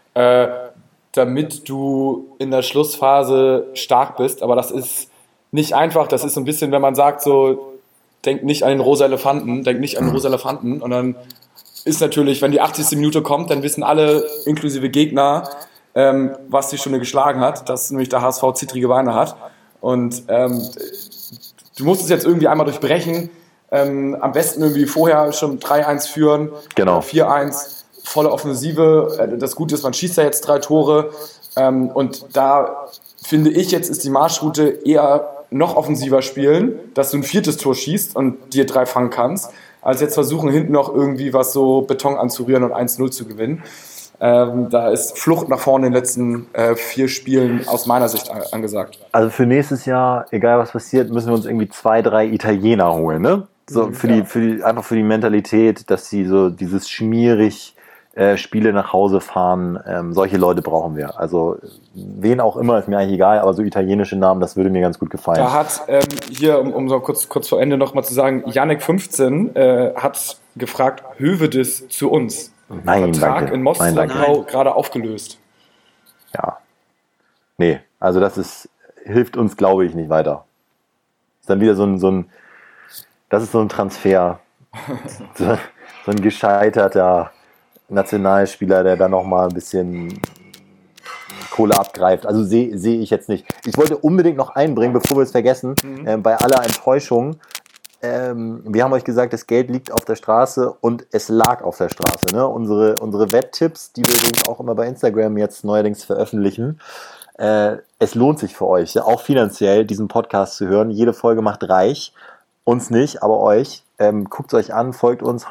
damit du in der Schlussphase stark bist. Aber das ist nicht einfach. Das ist so ein bisschen, wenn man sagt, so, denk nicht an den rosa Elefanten, und dann ist natürlich, wenn die 80. Minute kommt, dann wissen alle, inklusive Gegner, was die Stunde geschlagen hat, dass nämlich der HSV zittrige Beine hat. Und du musst es jetzt irgendwie einmal durchbrechen. Am besten irgendwie vorher schon 3-1 führen, genau. 4-1, volle Offensive. Das Gute ist, man schießt ja jetzt 3 Tore. Und da finde ich, jetzt ist die Marschroute eher noch offensiver spielen, dass du ein 4. Tor schießt und dir 3 fangen kannst, als jetzt versuchen, hinten noch irgendwie was so Beton anzurühren und 1-0 zu gewinnen. Da ist Flucht nach vorne in den letzten 4 Spielen aus meiner Sicht angesagt. Also für nächstes Jahr, egal was passiert, müssen wir uns irgendwie 2, 3 Italiener holen, ne? So einfach für die Mentalität, dass sie so dieses schmierig Spiele nach Hause fahren, solche Leute brauchen wir. Also wen auch immer, ist mir eigentlich egal, aber so italienische Namen, das würde mir ganz gut gefallen. Da hat hier, um so kurz vor Ende nochmal zu sagen, Yannick15 hat gefragt, Hövedes zu uns. Nein, Vertrag danke. in Moskau gerade aufgelöst. Ja. Nee, also hilft uns, glaube ich, nicht weiter. Ist dann wieder so ein Transfer. so ein gescheiterter Nationalspieler, der dann nochmal ein bisschen Kohle abgreift. Also sehe ich jetzt nicht. Ich wollte unbedingt noch einbringen, bevor wir es vergessen, bei aller Enttäuschung. Wir haben euch gesagt, das Geld liegt auf der Straße und es lag auf der Straße. Ne? Unsere Wetttipps, die wir übrigens auch immer bei Instagram jetzt neuerdings veröffentlichen, es lohnt sich für euch, auch finanziell, diesen Podcast zu hören. Jede Folge macht reich. Uns nicht, aber euch. Guckt es euch an, folgt uns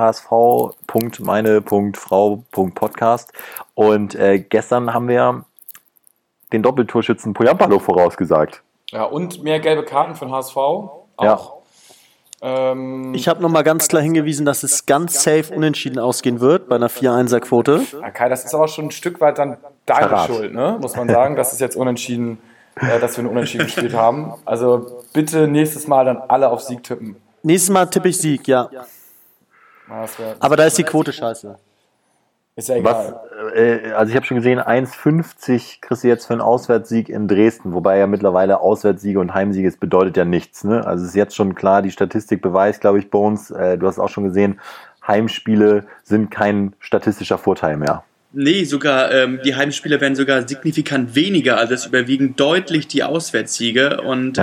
hsv.meine.frau.podcast und gestern haben wir den Doppeltorschützen Poyampalo vorausgesagt. Ja, und mehr gelbe Karten für den HSV auch. Ja. Ich habe nochmal ganz klar hingewiesen, dass es ganz safe unentschieden ausgehen wird bei einer 4-1er-Quote. Ja, Kai, das ist aber schon ein Stück weit dann deine Verrat. Schuld, ne? Muss man sagen, dass es jetzt unentschieden, dass wir ein Unentschieden gespielt haben. Also bitte nächstes Mal dann alle auf Sieg tippen. Nächstes Mal tippe ich Sieg, ja. Aber da ist die Quote scheiße. Ist ja egal. Also ich habe schon gesehen, 1,50 kriegst du jetzt für einen Auswärtssieg in Dresden, wobei ja mittlerweile Auswärtssiege und Heimsiege, es bedeutet ja nichts. Ne? Also es ist jetzt schon klar, die Statistik beweist, glaube ich, Bones, du hast auch schon gesehen, Heimspiele sind kein statistischer Vorteil mehr. Nee, sogar die Heimspiele werden sogar signifikant weniger, also es überwiegen deutlich die Auswärtssiege und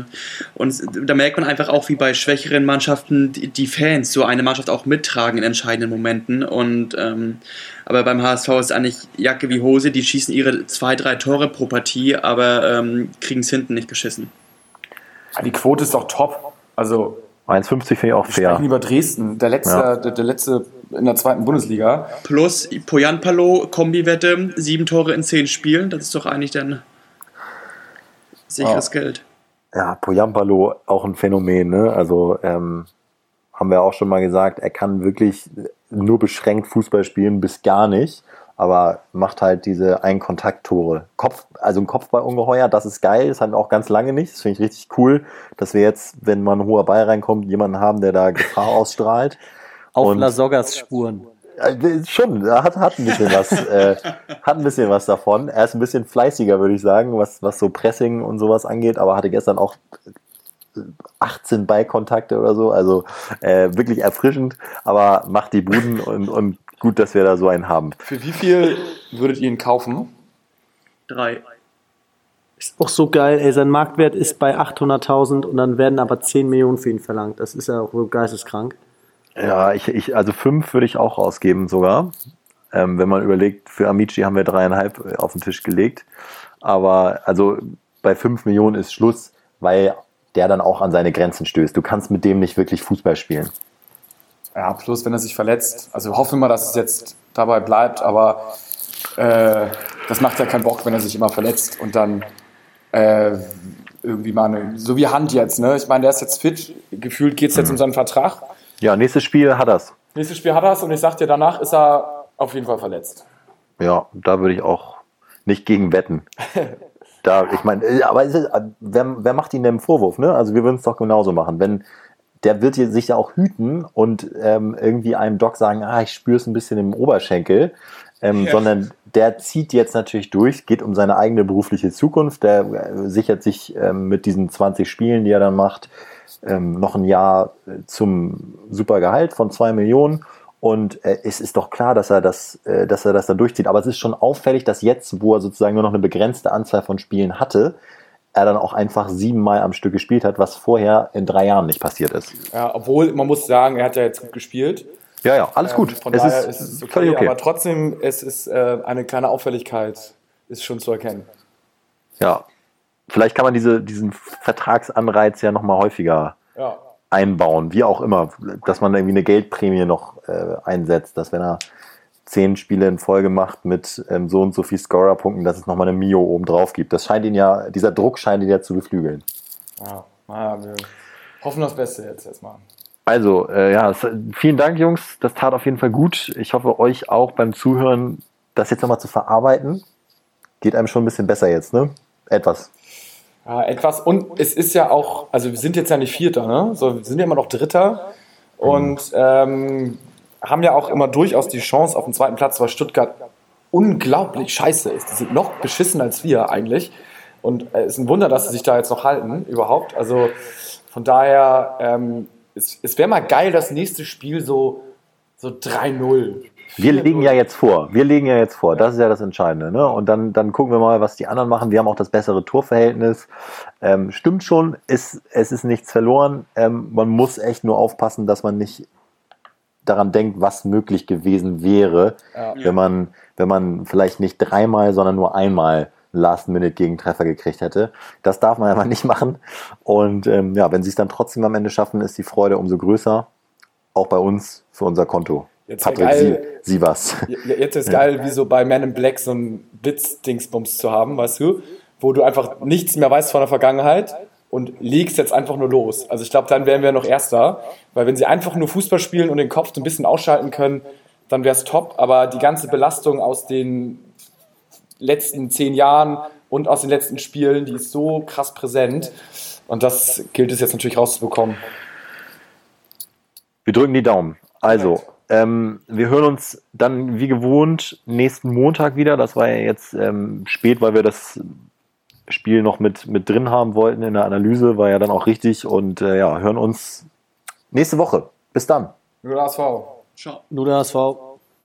da merkt man einfach auch, wie bei schwächeren Mannschaften die Fans so eine Mannschaft auch mittragen in entscheidenden Momenten und aber beim HSV ist eigentlich Jacke wie Hose, die schießen ihre 2-3 Tore pro Partie, aber kriegen es hinten nicht geschissen. Die Quote ist doch top, also 1,50 finde ich auch wir fair. sprechen über Dresden, der letzte in der 2. Bundesliga. Plus Poyanpalo, Kombi-Wette, 7 Tore in 10 Spielen, das ist doch eigentlich dann sicheres Geld. Ja, Poyampalo auch ein Phänomen, ne? Also haben wir auch schon mal gesagt, er kann wirklich nur beschränkt Fußball spielen, bis gar nicht, aber macht halt diese Ein-Kontakt-Tore. Also ein Kopfballungeheuer, das ist geil, das hatten wir auch ganz lange nicht, das finde ich richtig cool, dass wir jetzt, wenn mal ein hoher Ball reinkommt, jemanden haben, der da Gefahr ausstrahlt. Auf Lasoggas Spuren. Schon, hat ein bisschen was, hat ein bisschen was davon. Er ist ein bisschen fleißiger, würde ich sagen, was so Pressing und sowas angeht, aber hatte gestern auch 18 Ballkontakte oder so, also wirklich erfrischend, aber macht die Buden und gut, dass wir da so einen haben. Für wie viel würdet ihr ihn kaufen? 3. Ist auch so geil, ey, sein Marktwert ist bei 800.000 und dann werden aber 10 Millionen für ihn verlangt. Das ist ja auch so geisteskrank. Ja, also 5 würde ich auch ausgeben sogar. Wenn man überlegt, für Amici haben wir 3,5 auf den Tisch gelegt. Aber also bei 5 Millionen ist Schluss, weil der dann auch an seine Grenzen stößt. Du kannst mit dem nicht wirklich Fußball spielen. Ja, plus wenn er sich verletzt. Also hoffen wir mal, dass es jetzt dabei bleibt, aber das macht ja keinen Bock, wenn er sich immer verletzt und dann irgendwie mal so wie Hand jetzt, ne? Ich meine, der ist jetzt fit, gefühlt geht es jetzt um seinen Vertrag. Ja, nächstes Spiel hat er's. Nächstes Spiel hat er es und ich sag dir, danach ist er auf jeden Fall verletzt. Ja, da würde ich auch nicht gegen wetten. Ich meine, aber wer macht ihm denn einen Vorwurf, ne? Also wir würden es doch genauso machen. Der wird sich ja auch hüten und irgendwie einem Doc sagen, ich spüre es ein bisschen im Oberschenkel, sondern der zieht jetzt natürlich durch, geht um seine eigene berufliche Zukunft, der sichert sich mit diesen 20 Spielen, die er dann macht, noch ein Jahr zum super Gehalt von 2 Millionen und es ist doch klar, dass er das dann durchzieht, aber es ist schon auffällig, dass jetzt, wo er sozusagen nur noch eine begrenzte Anzahl von Spielen hatte, er dann auch einfach 7 Mal am Stück gespielt hat, was vorher in 3 Jahren nicht passiert ist. Ja, obwohl, man muss sagen, er hat ja jetzt gut gespielt. Ja, alles gut. Von daher ist es okay, aber trotzdem, es ist eine kleine Auffälligkeit, ist schon zu erkennen. Ja, vielleicht kann man diesen Vertragsanreiz ja nochmal häufiger einbauen, wie auch immer, dass man irgendwie eine Geldprämie noch einsetzt, dass wenn er 10 Spiele in Folge macht mit so und so viel Scorer-Punkten, dass es nochmal eine Mio oben drauf gibt. Dieser Druck scheint ihn ja zu beflügeln. Ja, wir hoffen das Beste jetzt erstmal. Also, vielen Dank, Jungs. Das tat auf jeden Fall gut. Ich hoffe, euch auch beim Zuhören, das jetzt nochmal zu verarbeiten. Geht einem schon ein bisschen besser jetzt, ne? Etwas. Ja, etwas. Und es ist ja auch, also wir sind jetzt ja nicht Vierter, ne? So, wir sind ja immer noch Dritter. Und haben ja auch immer durchaus die Chance auf den 2. Platz, weil Stuttgart unglaublich scheiße ist. Die sind noch beschissen als wir eigentlich. Und es ist ein Wunder, dass sie sich da jetzt noch halten, überhaupt. Also von daher, es wäre mal geil, das nächste Spiel so 3-0. Wir legen ja jetzt vor. Das ist ja das Entscheidende. Ne? Und dann gucken wir mal, was die anderen machen. Wir haben auch das bessere Torverhältnis. Stimmt schon, es ist nichts verloren. Man muss echt nur aufpassen, dass man nicht daran denkt, was möglich gewesen wäre, wenn man vielleicht nicht 3-mal, sondern nur einmal Last-Minute-Gegentreffer gekriegt hätte. Das darf man aber nicht machen. Und wenn sie es dann trotzdem am Ende schaffen, ist die Freude umso größer. Auch bei uns, für unser Konto. Jetzt Patrick, sie was. Jetzt ist geil, wie so bei Man in Black so ein Blitz-Dingsbums zu haben, weißt du? Wo du einfach nichts mehr weißt von der Vergangenheit und legst jetzt einfach nur los. Also ich glaube, dann wären wir noch Erster. Weil wenn sie einfach nur Fußball spielen und den Kopf so ein bisschen ausschalten können, dann wäre es top. Aber die ganze Belastung aus den letzten 10 Jahren und aus den letzten Spielen, die ist so krass präsent. Und das gilt es jetzt natürlich rauszubekommen. Wir drücken die Daumen. Also, wir hören uns dann wie gewohnt nächsten Montag wieder. Das war ja jetzt spät, weil wir das Spiel noch mit drin haben wollten in der Analyse. War ja dann auch richtig. Und hören uns nächste Woche. Bis dann. Nur der HSV. Ciao. Nur der HSV.